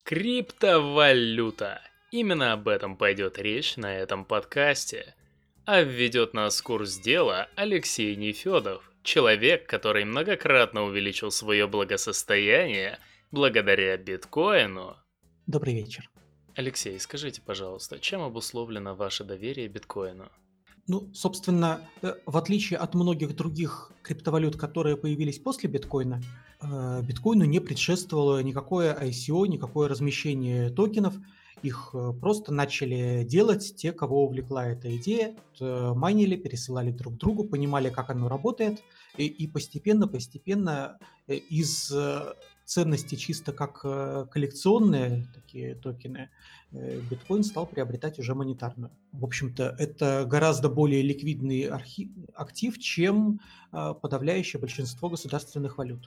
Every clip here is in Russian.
Криптовалюта. Именно об этом пойдет речь на этом подкасте. А введет нас в курс дела Алексей Нефедов, человек, который многократно увеличил свое благосостояние благодаря биткоину. Добрый вечер. Алексей, скажите, пожалуйста, чем обусловлено ваше доверие биткоину? Собственно, в отличие от многих других криптовалют, которые появились после биткоина, биткоину не предшествовало никакое ICO, никакое размещение токенов. Их просто начали делать те, кого увлекла эта идея, майнили, пересылали друг другу, понимали, как оно работает, и постепенно из ценности чисто как коллекционные такие токены, биткоин стал приобретать уже монетарную. В общем-то, это гораздо более ликвидный актив, чем подавляющее большинство государственных валют.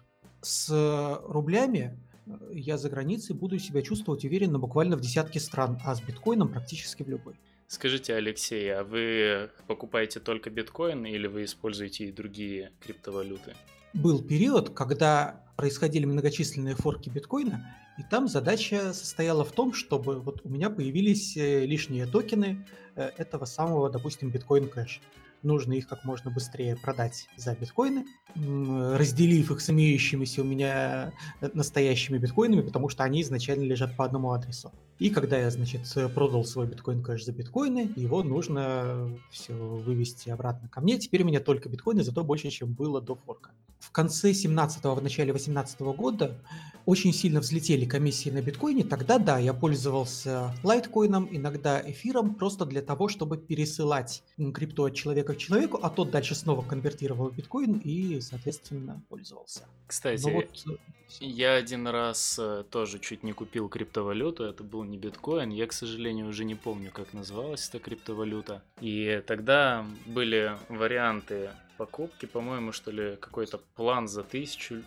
С рублями я за границей буду себя чувствовать уверенно буквально в десятке стран, а с биткоином практически в любой. Скажите, Алексей, а вы покупаете только биткоин или вы используете и другие криптовалюты? Был период, когда происходили многочисленные форки биткоина, и там задача состояла в том, чтобы вот у меня появились лишние токены этого самого, допустим, биткоин кэш. Нужно их как можно быстрее продать за биткоины, разделив их с имеющимися у меня настоящими биткоинами, потому что они изначально лежат по одному адресу. И когда я, продал свой биткоин кэш за биткоины, его нужно все вывести обратно ко мне. Теперь у меня только биткоины, зато больше, чем было до форка. В конце 17-го, в начале 18-го года очень сильно взлетели комиссии на биткоине. Тогда, да, я пользовался лайткоином, иногда эфиром, просто для того, чтобы пересылать крипту от человека к человеку, а тот дальше снова конвертировал в биткоин и, соответственно, пользовался. Кстати, я один раз тоже чуть не купил криптовалюту, это был не биткоин, я, к сожалению, уже не помню, как называлась эта криптовалюта. И тогда были варианты покупки, по-моему, что ли, какой-то план за $1000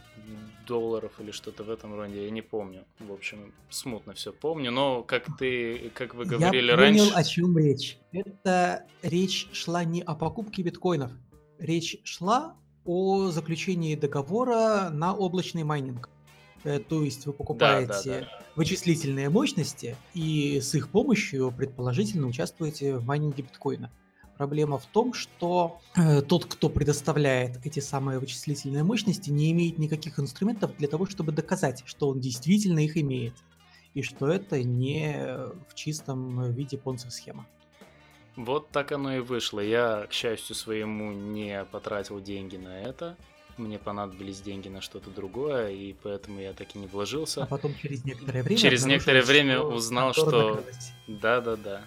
или что-то в этом роде, я не помню. В общем, смутно все помню, но как вы говорили раньше... Я понял, о чем речь. Это речь шла не о покупке биткоинов, речь шла о заключении договора на облачный майнинг. То есть вы покупаете вычислительные мощности и с их помощью предположительно участвуете в майнинге биткоина. Проблема в том, что тот, кто предоставляет эти самые вычислительные мощности, не имеет никаких инструментов для того, чтобы доказать, что он действительно их имеет, и что это не в чистом виде понци-схема. Вот так оно и вышло. Я, к счастью своему, не потратил деньги на это. Мне понадобились деньги на что-то другое, и поэтому я так и не вложился. А потом через некоторое время... Через некоторое время узнал, что... Да.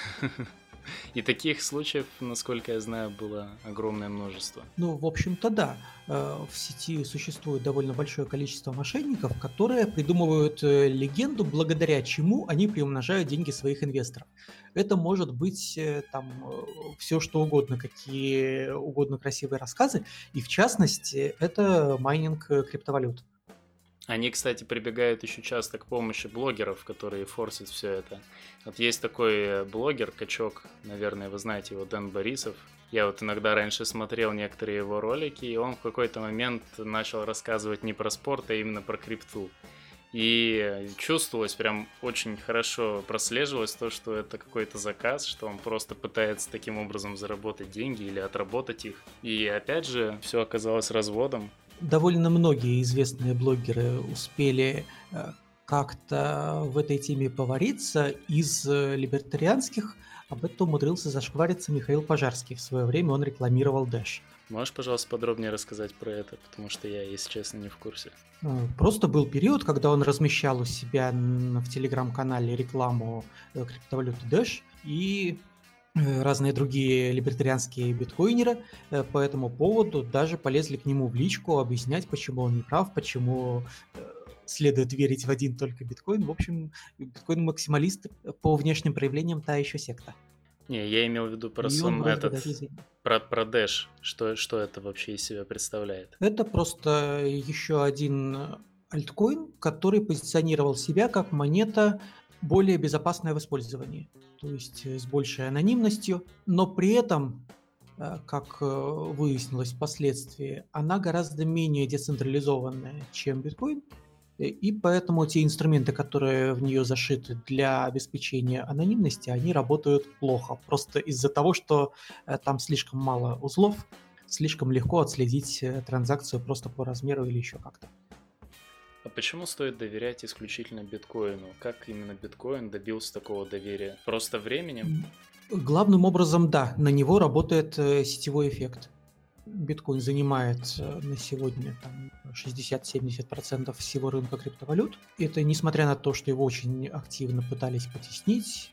И таких случаев, насколько я знаю, было огромное множество. В общем-то, да. В сети существует довольно большое количество мошенников, которые придумывают легенду, благодаря чему они приумножают деньги своих инвесторов. Это может быть все что угодно, какие угодно красивые рассказы, и в частности, это майнинг криптовалют. Они, кстати, прибегают еще часто к помощи блогеров, которые форсят все это. Вот есть такой блогер, качок, наверное, вы знаете его, Дэн Борисов. Я вот иногда раньше смотрел некоторые его ролики, и он в какой-то момент начал рассказывать не про спорт, а именно про крипту. И чувствовалось, прям очень хорошо прослеживалось то, что это какой-то заказ, что он просто пытается таким образом заработать деньги или отработать их. И опять же, все оказалось разводом. Довольно многие известные блогеры успели как-то в этой теме повариться. Из либертарианских об этом умудрился зашквариться Михаил Пожарский. В свое время он рекламировал Dash. Можешь, пожалуйста, подробнее рассказать про это, потому что я, если честно, не в курсе. Просто был период, когда он размещал у себя в телеграм-канале рекламу криптовалюты Dash, и разные другие либертарианские биткоинеры по этому поводу даже полезли к нему в личку объяснять, почему он не прав, почему следует верить в один только биткоин. В общем, биткоин-максималисты по внешним проявлениям та еще секта. Не, я имел в виду про про Dash. Что это вообще из себя представляет? Это просто еще один альткоин, который позиционировал себя как монета более безопасная в использовании, то есть с большей анонимностью, но при этом, как выяснилось впоследствии, она гораздо менее децентрализованная, чем биткоин, И поэтому те инструменты, которые в нее зашиты для обеспечения анонимности, они работают плохо. Просто из-за того, что там слишком мало узлов, слишком легко отследить транзакцию просто по размеру или еще как-то. А почему стоит доверять исключительно биткоину? Как именно биткоин добился такого доверия? Просто временем? Главным образом, да, на него работает сетевой эффект. Биткоин занимает на сегодня там, 60-70% всего рынка криптовалют. Это несмотря на то, что его очень активно пытались потеснить.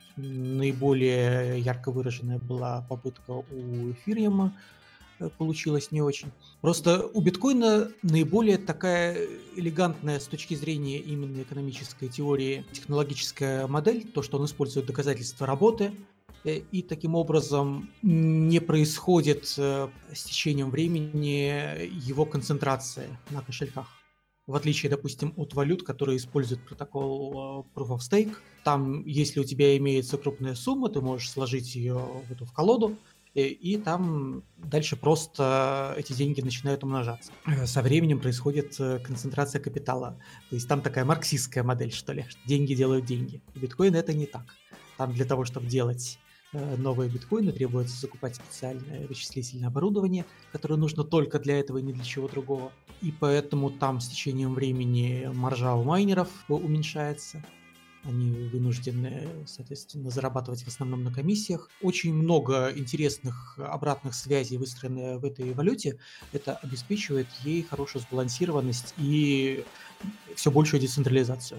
Наиболее ярко выраженная была попытка у эфириума, получилось не очень. Просто у биткоина наиболее такая элегантная с точки зрения именно экономической теории технологическая модель, то, что он использует доказательства работы, и таким образом не происходит с течением времени его концентрация на кошельках. В отличие, допустим, от валют, которые используют протокол Proof of Stake, там, если у тебя имеется крупная сумма, ты можешь сложить ее в колоду, и там дальше просто эти деньги начинают умножаться. Со временем происходит концентрация капитала. То есть там такая марксистская модель, что ли. Деньги делают деньги. Биткоин это не так. Там для того, чтобы делать новые биткоины, требуется закупать специальное вычислительное оборудование, которое нужно только для этого и ни для чего другого. И поэтому там с течением времени маржа у майнеров уменьшается. Они вынуждены, соответственно, зарабатывать в основном на комиссиях. Очень много интересных обратных связей, выстроенных в этой валюте. Это обеспечивает ей хорошую сбалансированность и все большую децентрализацию.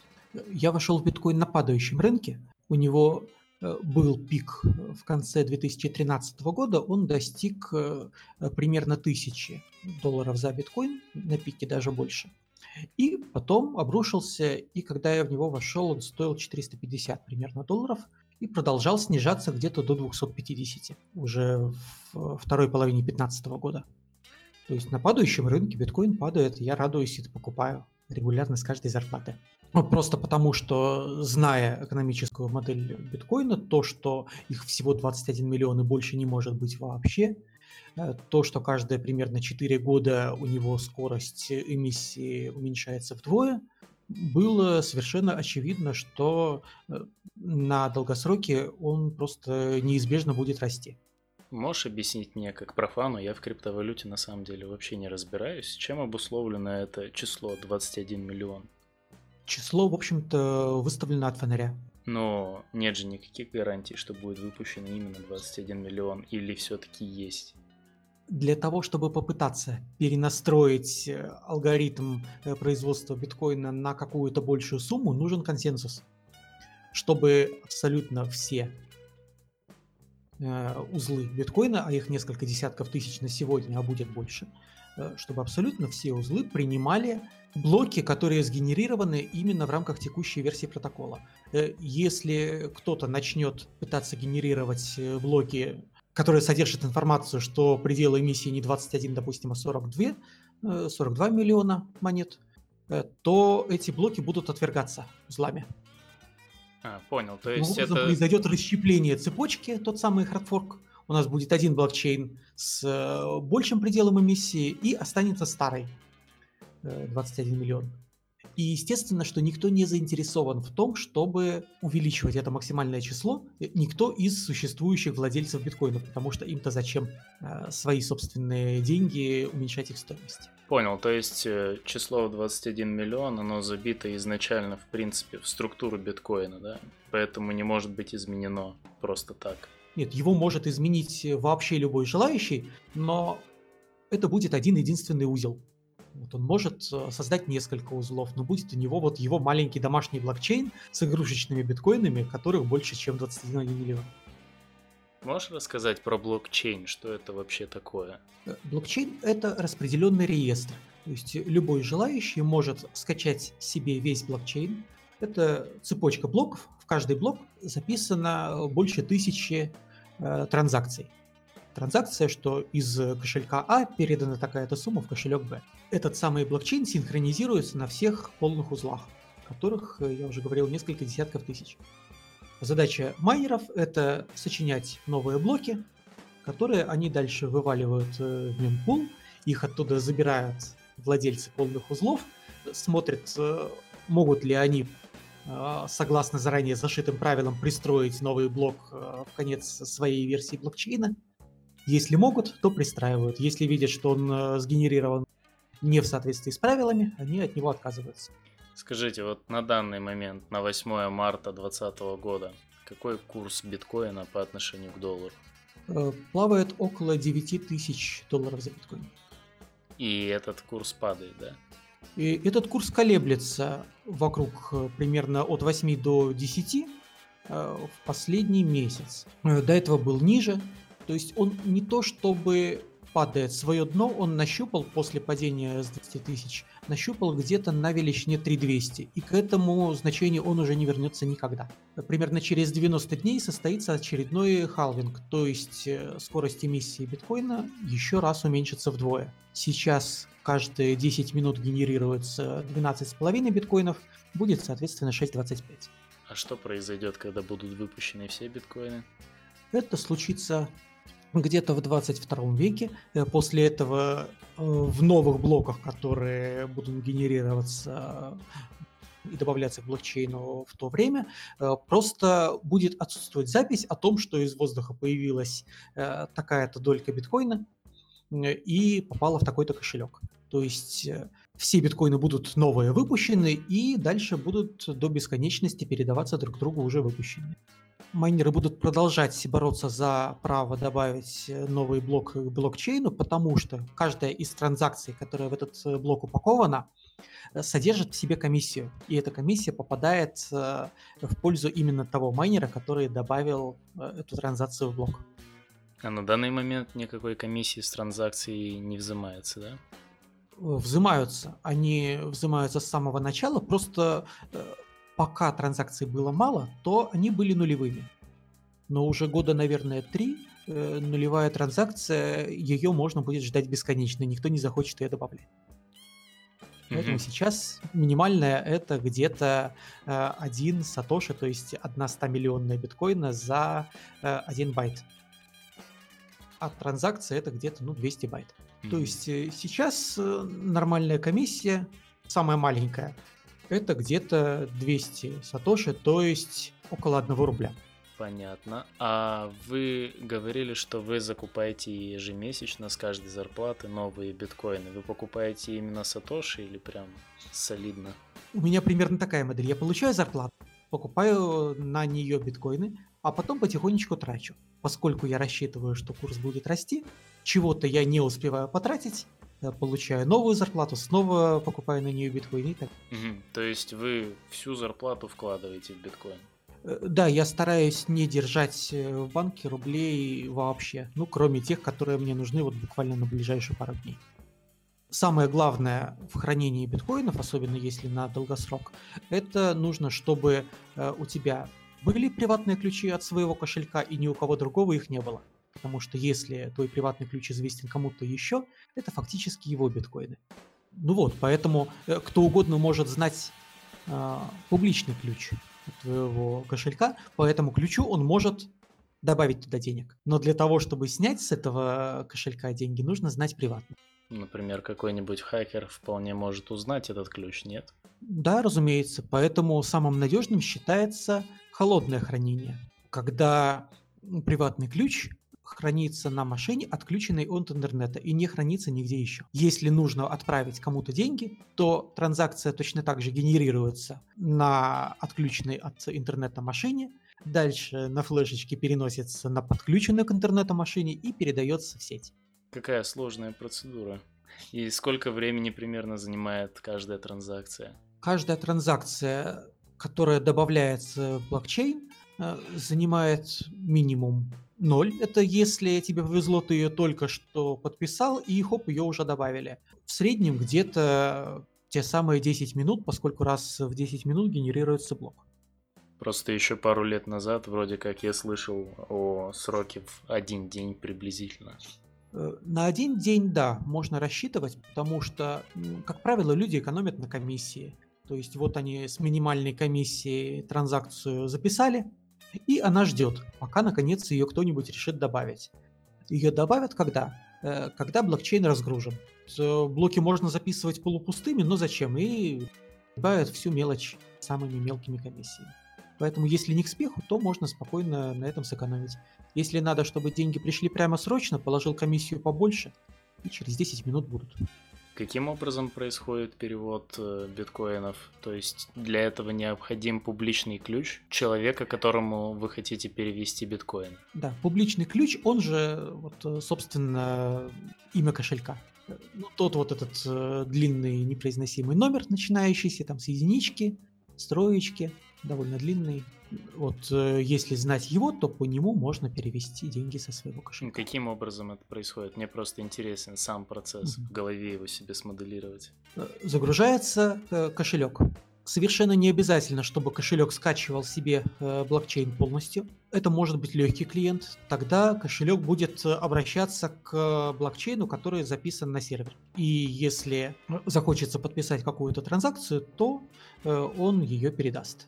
Я вошел в биткоин на падающем рынке. У него был пик в конце 2013 года. Он достиг примерно $1000 за биткоин, на пике даже больше. И потом обрушился, и когда я в него вошел, он стоил 450 примерно долларов и продолжал снижаться где-то до 250 уже в второй половине 2015 года. То есть на падающем рынке биткоин падает, я радуюсь и покупаю регулярно с каждой зарплаты. Просто потому, что, зная экономическую модель биткоина, то, что их всего 21 миллион и больше не может быть вообще, то, что каждые примерно 4 года у него скорость эмиссии уменьшается вдвое, было совершенно очевидно, что на долгосроке он просто неизбежно будет расти. Можешь объяснить мне, как профану, я в криптовалюте на самом деле вообще не разбираюсь, чем обусловлено это число 21 миллион? Число, в общем-то, выставлено от фонаря. Но нет же никаких гарантий, что будет выпущено именно 21 миллион, или все-таки есть? Для того, чтобы попытаться перенастроить алгоритм производства биткоина на какую-то большую сумму, нужен консенсус. Чтобы абсолютно все узлы биткоина, а их несколько десятков тысяч на сегодня, а будет больше, чтобы абсолютно все узлы принимали блоки, которые сгенерированы именно в рамках текущей версии протокола. Если кто-то начнет пытаться генерировать блоки, которые содержат информацию, что пределы эмиссии не 21, допустим, а 42 миллиона монет, то эти блоки будут отвергаться узлами. Понял. То Таким есть образом это... произойдет расщепление цепочки, тот самый хардфорк. У нас будет один блокчейн с большим пределом эмиссии и останется старый 21 миллион. И естественно, что никто не заинтересован в том, чтобы увеличивать это максимальное число. Никто из существующих владельцев биткоинов, потому что им-то зачем свои собственные деньги уменьшать их стоимость. Понял, то есть число 21 миллион, оно забито изначально, в принципе, в структуру биткоина, да? Поэтому не может быть изменено просто так. Нет, его может изменить вообще любой желающий, но это будет один единственный узел. Вот он может создать несколько узлов, но будет у него вот его маленький домашний блокчейн с игрушечными биткоинами, которых больше, чем 21 миллион. Можешь рассказать про блокчейн, что это вообще такое? Блокчейн — это распределенный реестр. То есть любой желающий может скачать себе весь блокчейн. Это цепочка блоков. В каждый блок записано больше 1000 транзакций. Транзакция, что из кошелька А передана такая-то сумма в кошелек Б. Этот самый блокчейн синхронизируется на всех полных узлах, которых, я уже говорил, несколько десятков тысяч. Задача майнеров — это сочинять новые блоки, которые они дальше вываливают в мемпул, их оттуда забирают владельцы полных узлов, смотрит, могут ли они, согласно заранее зашитым правилам, пристроить новый блок в конец своей версии блокчейна. Если могут, то пристраивают. Если видят, что он сгенерирован не в соответствии с правилами, они от него отказываются. Скажите, вот на данный момент, на 8 марта 2020 года, какой курс биткоина по отношению к доллару? Плавает около 9000 долларов за биткоин. И этот курс падает, да? И этот курс колеблется вокруг примерно от 8 до 10 в последний месяц. До этого был ниже, то есть он не то чтобы падает. Свое дно он нащупал после падения с 20 тысяч, нащупал где-то на величине 3200, и к этому значению он уже не вернется никогда. Примерно через 90 дней состоится очередной халвинг, то есть скорость эмиссии биткоина еще раз уменьшится вдвое. Сейчас каждые 10 минут генерируется 12,5 биткоинов, будет, соответственно, 6,25. А что произойдет, когда будут выпущены все биткоины? Это случится где-то в 22 веке. После этого в новых блоках, которые будут генерироваться и добавляться к блокчейну в то время, просто будет отсутствовать запись о том, что из воздуха появилась такая-то долька биткоина и попала в такой-то кошелек. То есть все биткоины будут новые выпущены и дальше будут до бесконечности передаваться друг другу уже выпущенные. Майнеры будут продолжать бороться за право добавить новый блок к блокчейну, потому что каждая из транзакций, которая в этот блок упакована, содержит в себе комиссию. И эта комиссия попадает в пользу именно того майнера, который добавил эту транзакцию в блок. А на данный момент никакой комиссии с транзакцией не взимается, да? Взимаются. Они взимаются с самого начала, просто пока транзакций было мало, то они были нулевыми. Но уже года, наверное, 3 нулевая транзакция, ее можно будет ждать бесконечно, никто не захочет ее добавлять. Поэтому сейчас минимальная это где-то 1 сатоши, то есть 1 100-миллионная биткоина за 1 байт. А транзакция это где-то 200 байт. То есть сейчас нормальная комиссия, самая маленькая, это где-то 200 сатоши, то есть около 1 рубля. Понятно. А вы говорили, что вы закупаете ежемесячно с каждой зарплаты новые биткоины. Вы покупаете именно сатоши или прям солидно? У меня примерно такая модель. Я получаю зарплату, покупаю на нее биткоины, а потом потихонечку трачу. Поскольку я рассчитываю, что курс будет расти, чего-то я не успеваю потратить, получаю новую зарплату, снова покупаю на нее биткоины и так. То есть вы всю зарплату вкладываете в биткоин? Да, я стараюсь не держать в банке рублей вообще, кроме тех, которые мне нужны вот буквально на ближайшие пару дней. Самое главное в хранении биткоинов, особенно если на долгосрок, это нужно, чтобы у тебя были приватные ключи от своего кошелька и ни у кого другого их не было. Потому что если твой приватный ключ известен кому-то еще, это фактически его биткоины. Поэтому кто угодно может знать публичный ключ твоего кошелька, по этому ключу он может добавить туда денег. Но для того, чтобы снять с этого кошелька деньги, нужно знать приватный. Например, какой-нибудь хакер вполне может узнать этот ключ, нет? Да, разумеется. Поэтому самым надежным считается холодное хранение, когда приватный ключ хранится на машине, отключенной от интернета, и не хранится нигде еще. Если нужно отправить кому-то деньги, то транзакция точно так же генерируется на отключенной от интернета машине, дальше на флешечке переносится на подключенную к интернету машине и передается в сеть. Какая сложная процедура. И сколько времени примерно занимает каждая транзакция? Каждая транзакция, которая добавляется в блокчейн, занимает минимум 0. Это если тебе повезло, ты ее только что подписал, и хоп, ее уже добавили. В среднем где-то те самые 10 минут, поскольку раз в 10 минут генерируется блок. Просто еще пару лет назад вроде как я слышал о сроке в 1 день приблизительно. На 1 день, да, можно рассчитывать, потому что, как правило, люди экономят на комиссии. То есть вот они с минимальной комиссией транзакцию записали, и она ждет, пока наконец ее кто-нибудь решит добавить. Ее добавят когда? когда блокчейн разгружен. Блоки можно записывать полупустыми, но зачем? И добавят всю мелочь самыми мелкими комиссиями. Поэтому если не к спеху, то можно спокойно на этом сэкономить. Если надо, чтобы деньги пришли прямо срочно, положил комиссию побольше, и через 10 минут будут. Каким образом происходит перевод биткоинов? То есть для этого необходим публичный ключ человека, которому вы хотите перевести биткоин. Да, публичный ключ, он же, собственно, имя кошелька. Ну, тот вот этот длинный непроизносимый номер, начинающийся там с единички, с троечки, довольно длинный. Если знать его, то по нему можно перевести деньги со своего кошелька. Каким образом это происходит? Мне просто интересен сам процесс, в голове его себе смоделировать. Загружается кошелек. Совершенно не обязательно, чтобы кошелек скачивал себе блокчейн полностью. Это может быть легкий клиент. Тогда кошелек будет обращаться к блокчейну, который записан на сервере. И если захочется подписать какую-то транзакцию, то он ее передаст.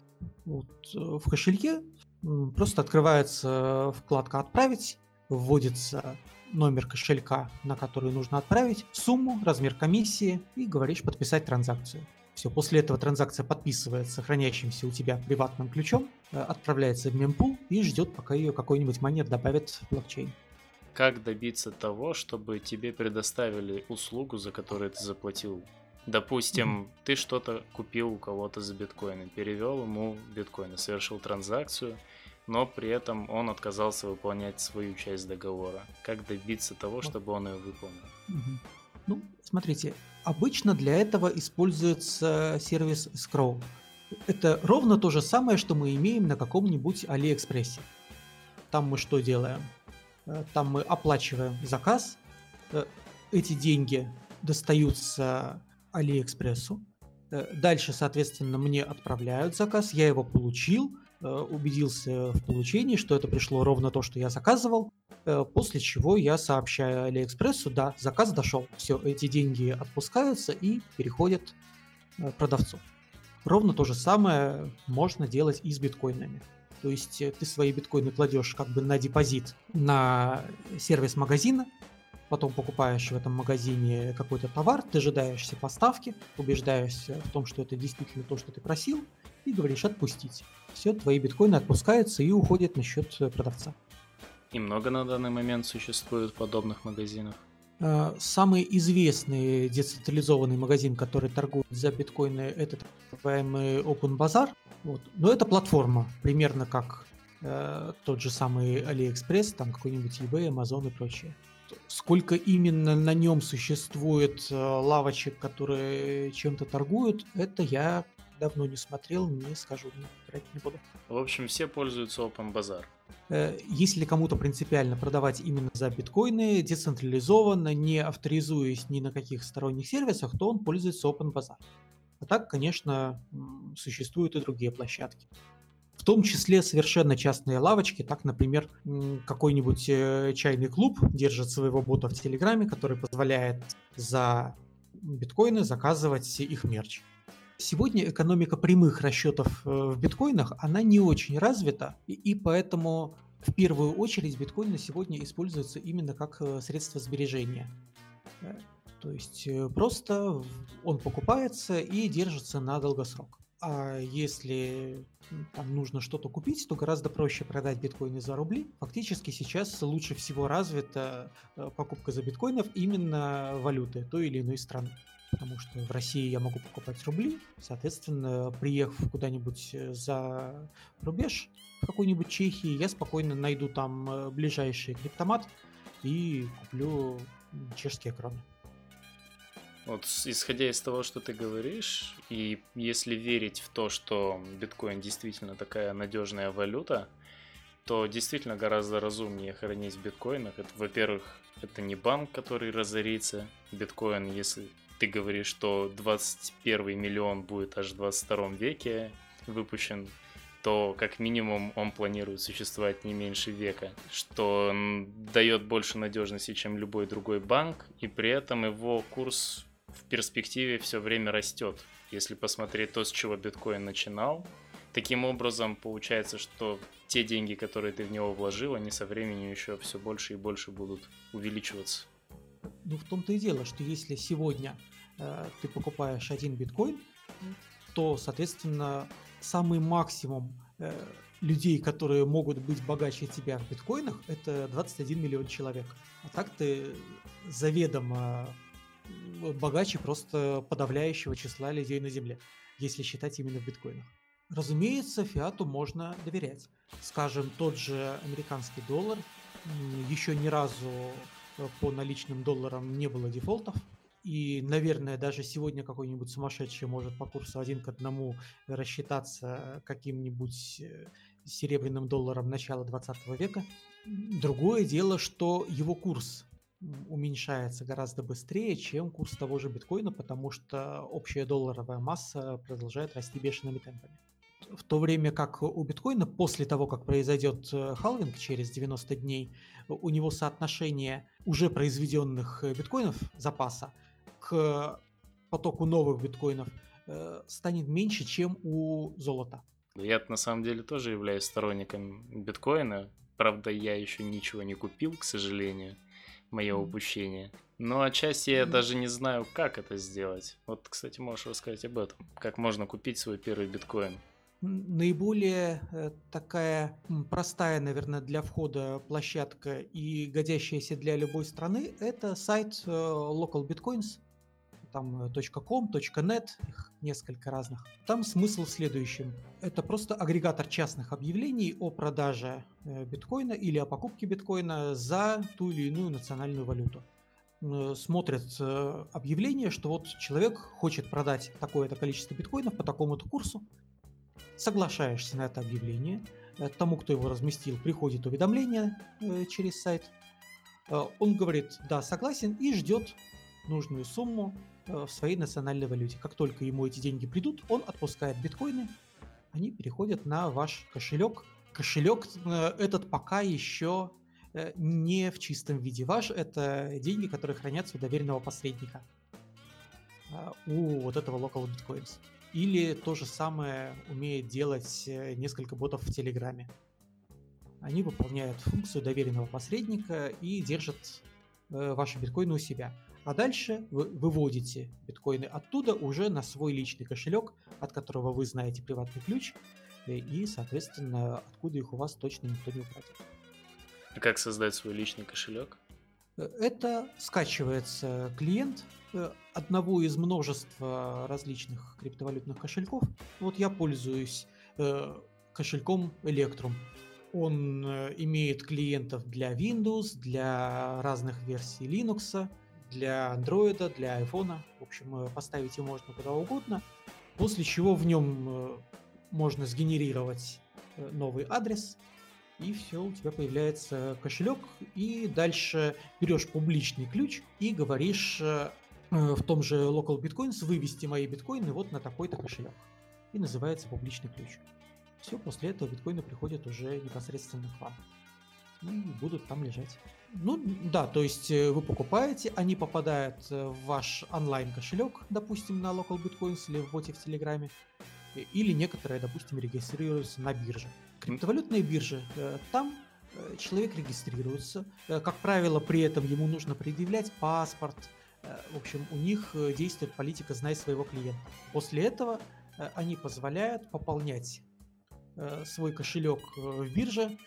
В кошельке просто открывается вкладка «Отправить», вводится номер кошелька, на который нужно отправить, сумму, размер комиссии и говоришь «Подписать транзакцию». Все, после этого транзакция подписывается хранящимся у тебя приватным ключом, отправляется в мемпул и ждет, пока ее какой-нибудь майнер добавит в блокчейн. Как добиться того, чтобы тебе предоставили услугу, за которую ты заплатил? Допустим, ты что-то купил у кого-то за биткоины, перевел ему биткоины, совершил транзакцию, но при этом он отказался выполнять свою часть договора. Как добиться того, чтобы он ее выполнил? Смотрите, обычно для этого используется сервис Escrow. Это ровно то же самое, что мы имеем на каком-нибудь Алиэкспрессе. Там мы что делаем? Там мы оплачиваем заказ, эти деньги достаются Алиэкспрессу, дальше, соответственно, мне отправляют заказ, я его получил, убедился в получении, что это пришло ровно то, что я заказывал, после чего я сообщаю Алиэкспрессу, да, заказ дошел, все, эти деньги отпускаются и переходят продавцу. Ровно то же самое можно делать и с биткоинами. То есть ты свои биткоины кладешь как бы на депозит на сервис магазина, потом покупаешь в этом магазине какой-то товар, дожидаешься поставки, убеждаешься в том, что это действительно то, что ты просил, и говоришь «отпустить». Все, твои биткоины отпускаются и уходят на счет продавца. И много на данный момент существует подобных магазинов? Самый известный децентрализованный магазин, который торгует за биткоины, это так называемый OpenBazaar. Но это платформа, примерно как тот же самый AliExpress, там какой-нибудь eBay, Amazon и прочее. Сколько именно на нем существует лавочек, которые чем-то торгуют, это я давно не смотрел, не скажу, брать не буду. В общем, все пользуются OpenBazaar. Если кому-то принципиально продавать именно за биткоины, децентрализованно, не авторизуясь ни на каких сторонних сервисах, то он пользуется OpenBazaar. А так, конечно, существуют и другие площадки. В том числе совершенно частные лавочки. Так, например, какой-нибудь чайный клуб держит своего бота в Телеграме, который позволяет за биткоины заказывать их мерч. Сегодня экономика прямых расчетов в биткоинах, она не очень развита, и поэтому в первую очередь биткоин на сегодня используется именно как средство сбережения. То есть просто он покупается и держится на долгосрок. А если там нужно что-то купить, то гораздо проще продать биткоины за рубли. Фактически сейчас лучше всего развита покупка за биткоинов именно валюты той или иной страны. Потому что в России я могу покупать рубли, соответственно, приехав куда-нибудь за рубеж, в какой-нибудь Чехии, я спокойно найду там ближайший криптомат и куплю чешские кроны. Вот исходя из того, что ты говоришь, и если верить в то, что биткоин действительно такая надежная валюта, то действительно гораздо разумнее хранить в биткоинах. Это, во-первых, это не банк, который разорится. Биткоин, если ты говоришь, что 21 миллион будет аж в 22 веке выпущен, то как минимум он планирует существовать не меньше века, что дает больше надежности, чем любой другой банк, и при этом его курс в перспективе все время растет. Если посмотреть то, с чего биткоин начинал, таким образом получается, что те деньги, которые ты в него вложил, они со временем еще все больше и больше будут увеличиваться. Ну, в том-то и дело, что если сегодня ты покупаешь один биткоин, то, соответственно, самый максимум людей, которые могут быть богаче тебя в биткоинах, это 21 миллион человек. А так ты заведомо богаче просто подавляющего числа людей на Земле, если считать именно в биткоинах. Разумеется, фиату можно доверять. Скажем, тот же американский доллар, еще ни разу по наличным долларам не было дефолтов. И, наверное, даже сегодня какой-нибудь сумасшедший может по курсу 1 к 1 рассчитаться каким-нибудь серебряным долларом начала 20 века. Другое дело, что его курс уменьшается гораздо быстрее, чем курс того же биткоина, потому что общая долларовая масса продолжает расти бешеными темпами. В то время как у биткоина после того, как произойдет халвинг через 90 дней, у него соотношение уже произведенных биткоинов запаса к потоку новых биткоинов станет меньше, чем у золота. Я на самом деле тоже являюсь сторонником биткоина. Правда, я еще ничего не купил, к сожалению. Мое упущение. Но отчасти я даже не знаю, как это сделать. Вот, кстати, можешь рассказать об этом. Как можно купить свой первый биткоин? Наиболее такая простая, наверное, для входа площадка и годящаяся для любой страны — это сайт Local Bitcoins. Там .com, .net, их несколько разных. Там смысл в следующем. Это просто агрегатор частных объявлений о продаже биткоина или о покупке биткоина за ту или иную национальную валюту. Смотрят объявление, что вот человек хочет продать такое-то количество биткоинов по такому-то курсу. Соглашаешься на это объявление. Тому, кто его разместил, приходит уведомление через сайт. Он говорит «да, согласен» и ждет нужную сумму в своей национальной валюте. Как только ему эти деньги придут, он отпускает биткоины, они переходят на ваш кошелек. Кошелек этот пока еще не в чистом виде. Ваш — это деньги, которые хранятся у доверенного посредника, у вот этого Local Bitcoins. Или то же самое умеет делать несколько ботов в Телеграме. Они выполняют функцию доверенного посредника и держат ваши биткоины у себя. А дальше вы выводите биткоины оттуда уже на свой личный кошелек, от которого вы знаете приватный ключ, и, соответственно, откуда их у вас точно никто не украдет. А как создать свой личный кошелек? Это скачивается клиент одного из множества различных криптовалютных кошельков. Вот я пользуюсь кошельком Electrum. Он имеет клиентов для Windows, для разных версий Linux, для Android, для iPhone. В общем, поставить его можно куда угодно. После чего в нем можно сгенерировать новый адрес, и все, у тебя появляется кошелек, и дальше берешь публичный ключ и говоришь в том же Local Bitcoins вывести мои биткоины вот на такой-то кошелек. И называется публичный ключ. Все, после этого биткоины приходят уже непосредственно к вам и будут там лежать. Ну да, то есть вы покупаете, они попадают в ваш онлайн-кошелек, допустим, на Local Bitcoins или в боте в Телеграме, или некоторые, допустим, регистрируются на бирже. Криптовалютные биржи, там человек регистрируется, как правило, при этом ему нужно предъявлять паспорт. В общем, у них действует политика «знай своего клиента». После этого они позволяют пополнять свой кошелек в бирже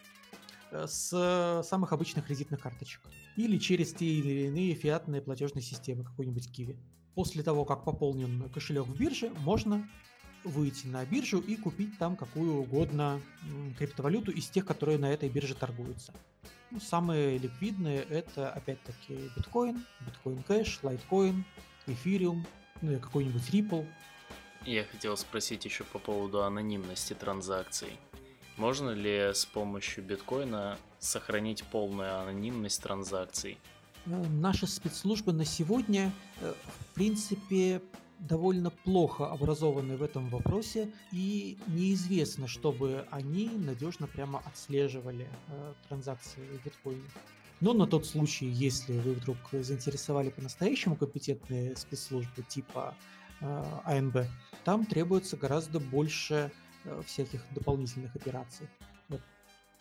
с самых обычных кредитных карточек или через те или иные фиатные платежные системы, какой-нибудь Kiwi. После того, как пополнен кошелек в бирже, можно выйти на биржу и купить там какую угодно криптовалюту из тех, которые на этой бирже торгуются. Ну, самые ликвидные — это опять-таки биткоин, биткоин кэш, лайткоин, эфириум, ну и какой-нибудь Ripple. Я хотел спросить еще по поводу анонимности транзакций. Можно ли с помощью биткоина сохранить полную анонимность транзакций? Наши спецслужбы на сегодня, в принципе, довольно плохо образованы в этом вопросе, и неизвестно, чтобы они надежно прямо отслеживали транзакции в биткоине. Но на тот случай, если вы вдруг заинтересовали по-настоящему компетентные спецслужбы типа АНБ, там требуется гораздо больше всяких дополнительных операций.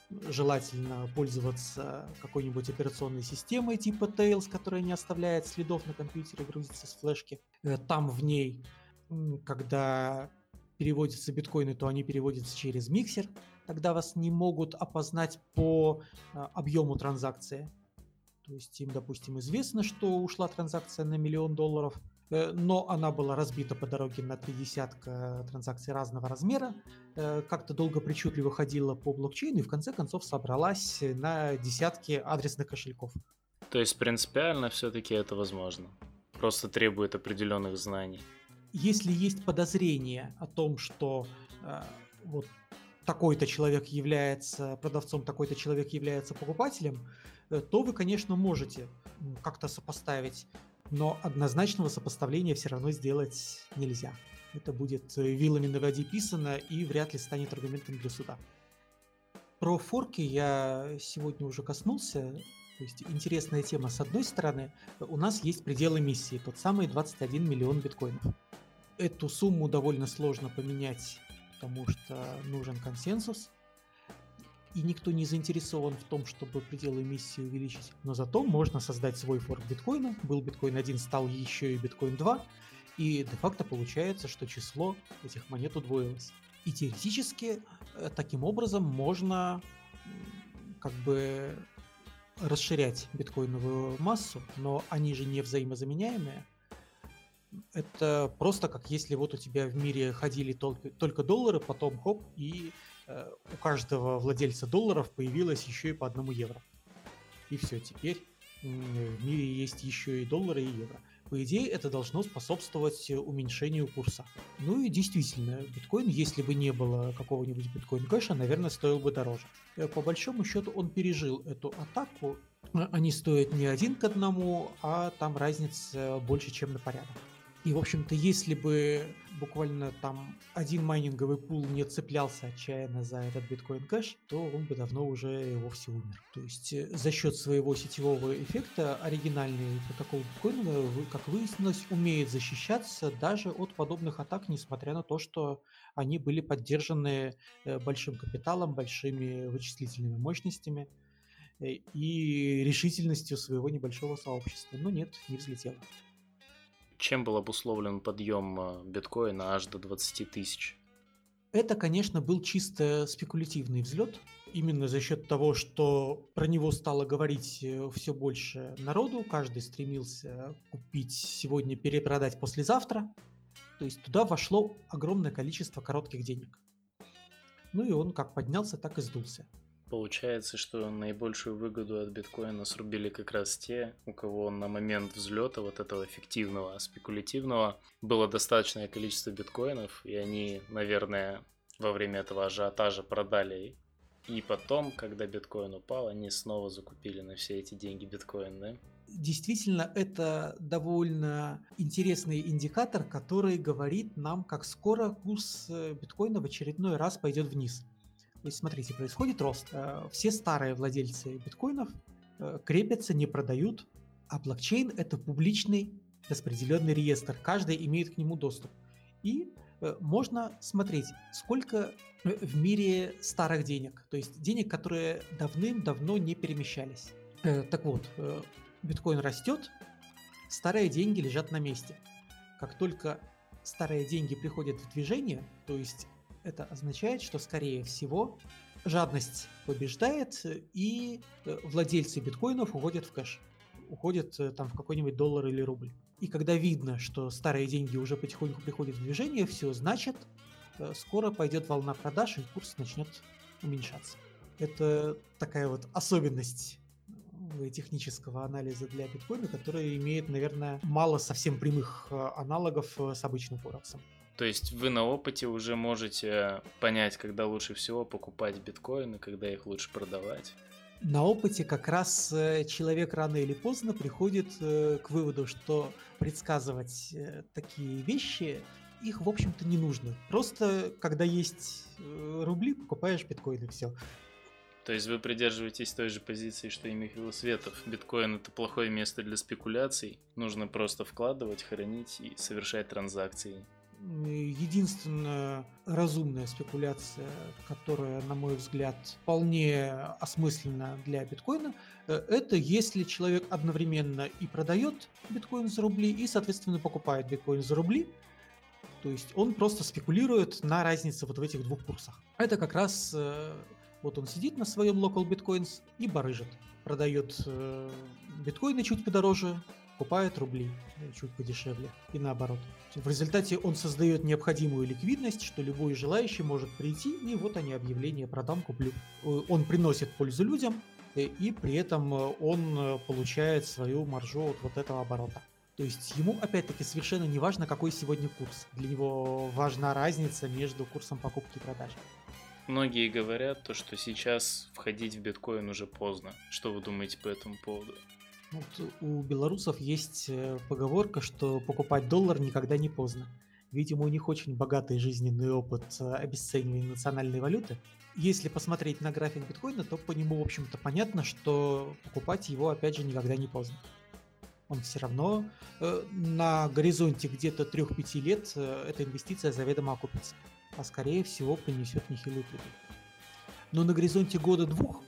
желательно пользоваться какой-нибудь операционной системой типа Tails, которая не оставляет следов на компьютере, грузится с флешки. Там в ней, когда переводятся биткоины, то они переводятся через миксер. Тогда вас не могут опознать по объему транзакции. То есть им, допустим, известно, что ушла транзакция на $1 000 000, но она была разбита по дороге на 30 транзакций разного размера, как-то долго причудливо ходила по блокчейну и в конце концов собралась на десятки адресных кошельков. То есть принципиально все-таки это возможно. Просто требует определенных знаний. Если есть подозрение о том, что вот такой-то человек является продавцом, такой-то человек является покупателем, то вы, конечно, можете как-то сопоставить, но однозначного сопоставления все равно сделать нельзя. Это будет вилами на воде писано и вряд ли станет аргументом для суда. Про форки я сегодня уже коснулся. То есть интересная тема. С одной стороны, у нас есть предел эмиссии, тот самый 21 миллион биткоинов. Эту сумму довольно сложно поменять, потому что нужен консенсус, и никто не заинтересован в том, чтобы предел эмиссии увеличить. Но зато можно создать свой форк биткоина. Был биткоин 1, стал еще и биткоин 2, и де-факто получается, что число этих монет удвоилось. И теоретически таким образом можно как бы расширять биткоиновую массу, но они же не взаимозаменяемые. Это просто как если вот у тебя в мире ходили только доллары, потом хоп, и у каждого владельца долларов появилось еще и по 1 евро. И все, теперь в мире есть еще и доллары, и евро. По идее, это должно способствовать уменьшению курса. Ну и действительно, биткоин, если бы не было какого-нибудь биткоин-кэша, наверное, стоил бы дороже. По большому счету он пережил эту атаку. Они стоят не 1 к 1, а там разница больше, чем на порядок. И, в общем-то, если бы буквально там один майнинговый пул не цеплялся отчаянно за этот биткоин-кэш, то он бы давно уже и вовсе умер. То есть за счет своего сетевого эффекта оригинальный протокол биткоина, как выяснилось, умеет защищаться даже от подобных атак, несмотря на то, что они были поддержаны большим капиталом, большими вычислительными мощностями и решительностью своего небольшого сообщества. Но нет, не взлетело. Чем был обусловлен подъем биткоина аж до 20 тысяч? Это, конечно, был чисто спекулятивный взлет. Именно за счет того, что про него стало говорить все больше народу, каждый стремился купить сегодня, перепродать послезавтра. То есть туда вошло огромное количество коротких денег. Ну и он как поднялся, так и сдулся. Получается, что наибольшую выгоду от биткоина срубили как раз те, у кого на момент взлета вот этого фиктивного, спекулятивного было достаточное количество биткоинов, и они, наверное, во время этого ажиотажа продали. И потом, когда биткоин упал, они снова закупили на все эти деньги биткоин, да? Действительно, это довольно интересный индикатор, который говорит нам, как скоро курс биткоина в очередной раз пойдет вниз. То есть, смотрите, происходит рост. Все старые владельцы биткоинов крепятся, не продают, а блокчейн — это публичный распределенный реестр. Каждый имеет к нему доступ. И можно смотреть, сколько в мире старых денег, то есть денег, которые давным-давно не перемещались. Так вот, биткоин растет, старые деньги лежат на месте. Как только старые деньги приходят в движение, то есть это означает, что, скорее всего, жадность побеждает, и владельцы биткоинов уходят в кэш, уходят там в какой-нибудь доллар или рубль. И когда видно, что старые деньги уже потихоньку приходят в движение, все, значит, скоро пойдет волна продаж, и курс начнет уменьшаться. Это такая вот особенность технического анализа для биткоина, которая имеет, наверное, мало совсем прямых аналогов с обычным форексом. То есть вы на опыте уже можете понять, когда лучше всего покупать биткоины, когда их лучше продавать? На опыте как раз человек рано или поздно приходит к выводу, что предсказывать такие вещи их, в общем-то, не нужно. Просто, когда есть рубли, покупаешь биткоин, и все. То есть вы придерживаетесь той же позиции, что и Михаил Светов. Биткоин — это плохое место для спекуляций. Нужно просто вкладывать, хранить и совершать транзакции. Единственная разумная спекуляция, которая, на мой взгляд, вполне осмысленна для биткоина, это если человек одновременно и продает биткоин за рубли, и, соответственно, покупает биткоин за рубли, то есть он просто спекулирует на разнице вот в этих двух курсах. Это как раз вот он сидит на своем local bitcoins и барыжит. Продает биткоины чуть подороже, покупает рубли чуть подешевле и наоборот. В результате он создает необходимую ликвидность, что любой желающий может прийти и вот они объявления продам, куплю. Он приносит пользу людям и при этом он получает свою маржу от вот этого оборота. То есть ему, опять-таки, совершенно не важно, какой сегодня курс. Для него важна разница между курсом покупки и продажи. Многие говорят то, что сейчас входить в биткоин уже поздно. Что вы думаете по этому поводу? Вот у белорусов есть поговорка, что покупать доллар никогда не поздно. Видимо, у них очень богатый жизненный опыт обесценивания национальной валюты. Если посмотреть на график биткоина, то по нему, в общем-то, понятно, что покупать его, опять же, никогда не поздно. Он все равно на горизонте где-то 3-5 лет эта инвестиция заведомо окупится, а скорее всего принесет нехилую прибыль. Но на горизонте года-двух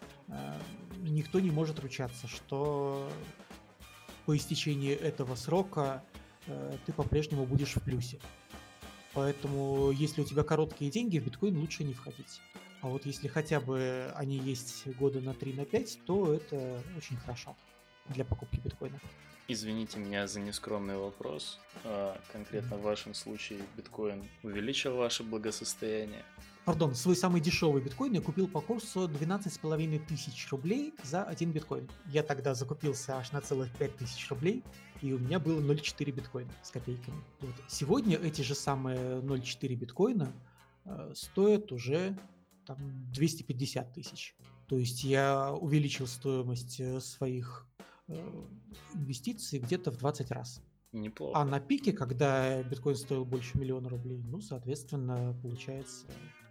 никто не может ручаться, что по истечении этого срока ты по-прежнему будешь в плюсе. Поэтому, если у тебя короткие деньги, в биткоин лучше не входить. А вот если хотя бы они есть года на 3-5, то это очень хорошо для покупки биткоина. Извините меня за нескромный вопрос. Конкретно в вашем случае биткоин увеличил ваше благосостояние? Пардон, свой самый дешевый биткоин я купил по курсу 12,5 тысяч рублей за один биткоин. Я тогда закупился аж на целых 5 тысяч рублей, и у меня было 0,4 биткоина с копейками. Вот. Сегодня эти же самые 0,4 биткоина стоят уже там 250 тысяч. То есть я увеличил стоимость своих инвестиций где-то в 20 раз. Неплохо. А на пике, когда биткоин стоил больше миллиона рублей, ну, соответственно, получается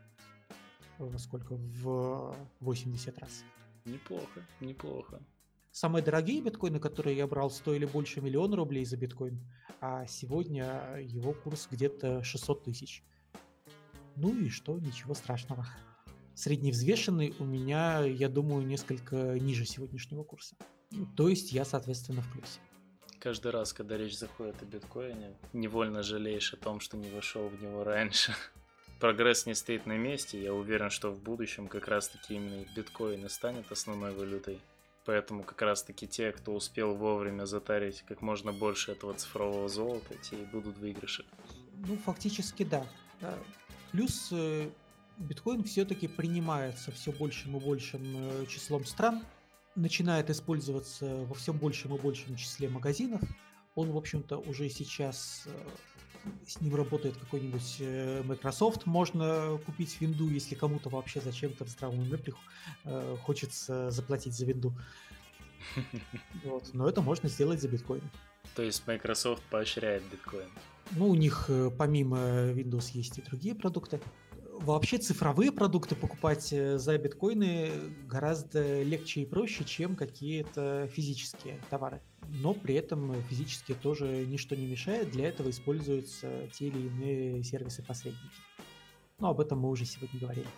во сколько? В 80 раз. Неплохо, неплохо. Самые дорогие биткоины, которые я брал, стоили больше миллиона рублей за биткоин, а сегодня его курс где-то 600 тысяч. Ну и что, ничего страшного. Средневзвешенный у меня, я думаю, несколько ниже сегодняшнего курса. Ну, то есть я, соответственно, в плюсе. Каждый раз, когда речь заходит о биткоине, невольно жалеешь о том, что не вошел в него раньше. Прогресс не стоит на месте, я уверен, что в будущем как раз-таки именно биткоин и станет основной валютой. Поэтому как раз-таки те, кто успел вовремя затарить как можно больше этого цифрового золота, те и будут в выигрыше. Ну, фактически да. Плюс биткоин все-таки принимается все большим и большим числом стран, начинает использоваться во все большем и большем числе магазинов. Он, в общем-то, уже сейчас с ним работает какой-нибудь Microsoft. Можно купить винду, если кому-то вообще зачем-то в здравом уме хочется заплатить за винду. Вот. Но это можно сделать за биткоин. То есть Microsoft поощряет биткоин. Ну, у них помимо Windows есть и другие продукты. Вообще цифровые продукты покупать за биткоины гораздо легче и проще, чем какие-то физические товары. Но при этом физически тоже ничто не мешает. Для этого используются те или иные сервисы-посредники. Но об этом мы уже сегодня говорили.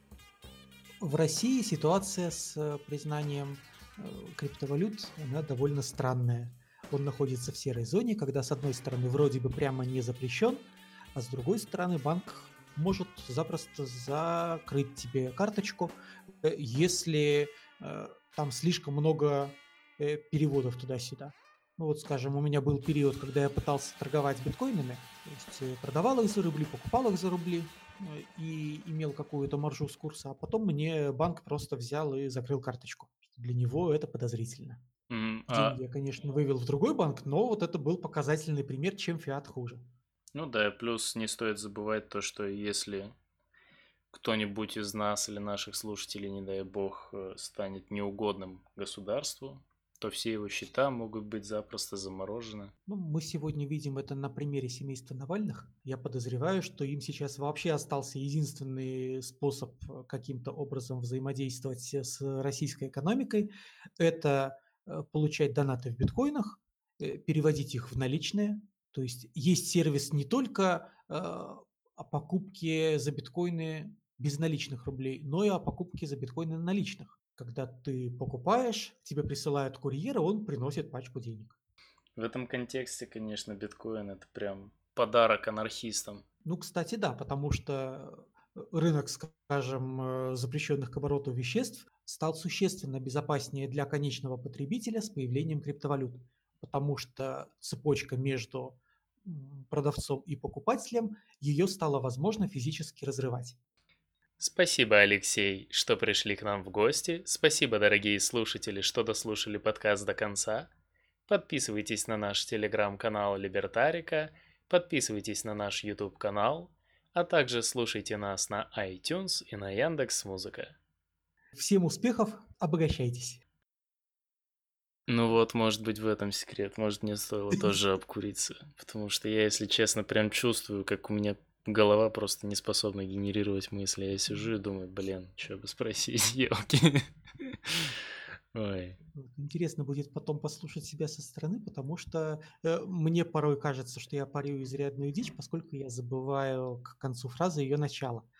В России ситуация с признанием криптовалют, она довольно странная. Он находится в серой зоне, когда с одной стороны вроде бы прямо не запрещен, а с другой стороны банк может запросто закрыть тебе карточку, если там слишком много переводов туда-сюда. Ну вот, скажем, у меня был период, когда я пытался торговать биткоинами, то есть продавал их за рубли, покупал их за рубли и имел какую-то маржу с курса, а потом мне банк просто взял и закрыл карточку. Для него это подозрительно. Деньги я, конечно, вывел в другой банк, но вот это был показательный пример, чем фиат хуже. Ну да, плюс не стоит забывать то, что если кто-нибудь из нас или наших слушателей, не дай бог, станет неугодным государству, то все его счета могут быть запросто заморожены. Ну, мы сегодня видим это на примере семейства Навальных. Я подозреваю, что им сейчас вообще остался единственный способ каким-то образом взаимодействовать с российской экономикой. Это получать донаты в биткоинах, переводить их в наличные, То есть сервис не только, о покупке за биткоины безналичных рублей, но и о покупке за биткоины наличных. Когда ты покупаешь, тебе присылают курьера, он приносит пачку денег. В этом контексте, конечно, биткоин это прям подарок анархистам. Ну, кстати, да, потому что, рынок, скажем, запрещенных к обороту веществ стал существенно безопаснее для конечного потребителя с появлением криптовалют, потому что цепочка между, продавцом и покупателем, ее стало возможно физически разрывать. Спасибо, Алексей, что пришли к нам в гости. Спасибо, дорогие слушатели, что дослушали подкаст до конца. Подписывайтесь на наш телеграм-канал Либертарика, подписывайтесь на наш YouTube канал, а также слушайте нас на iTunes и на Яндекс.Музыка. Всем успехов, обогащайтесь! Ну вот, может быть, в этом секрет. Может, мне стоило тоже обкуриться. Потому что я, если честно, прям чувствую, как у меня голова просто не способна генерировать мысли. Я сижу и думаю, блин, что бы спросить, елки. Ой. Вот интересно будет потом послушать себя со стороны, потому что, мне порой кажется, что я парю изрядную дичь, поскольку я забываю к концу фразы ее начало.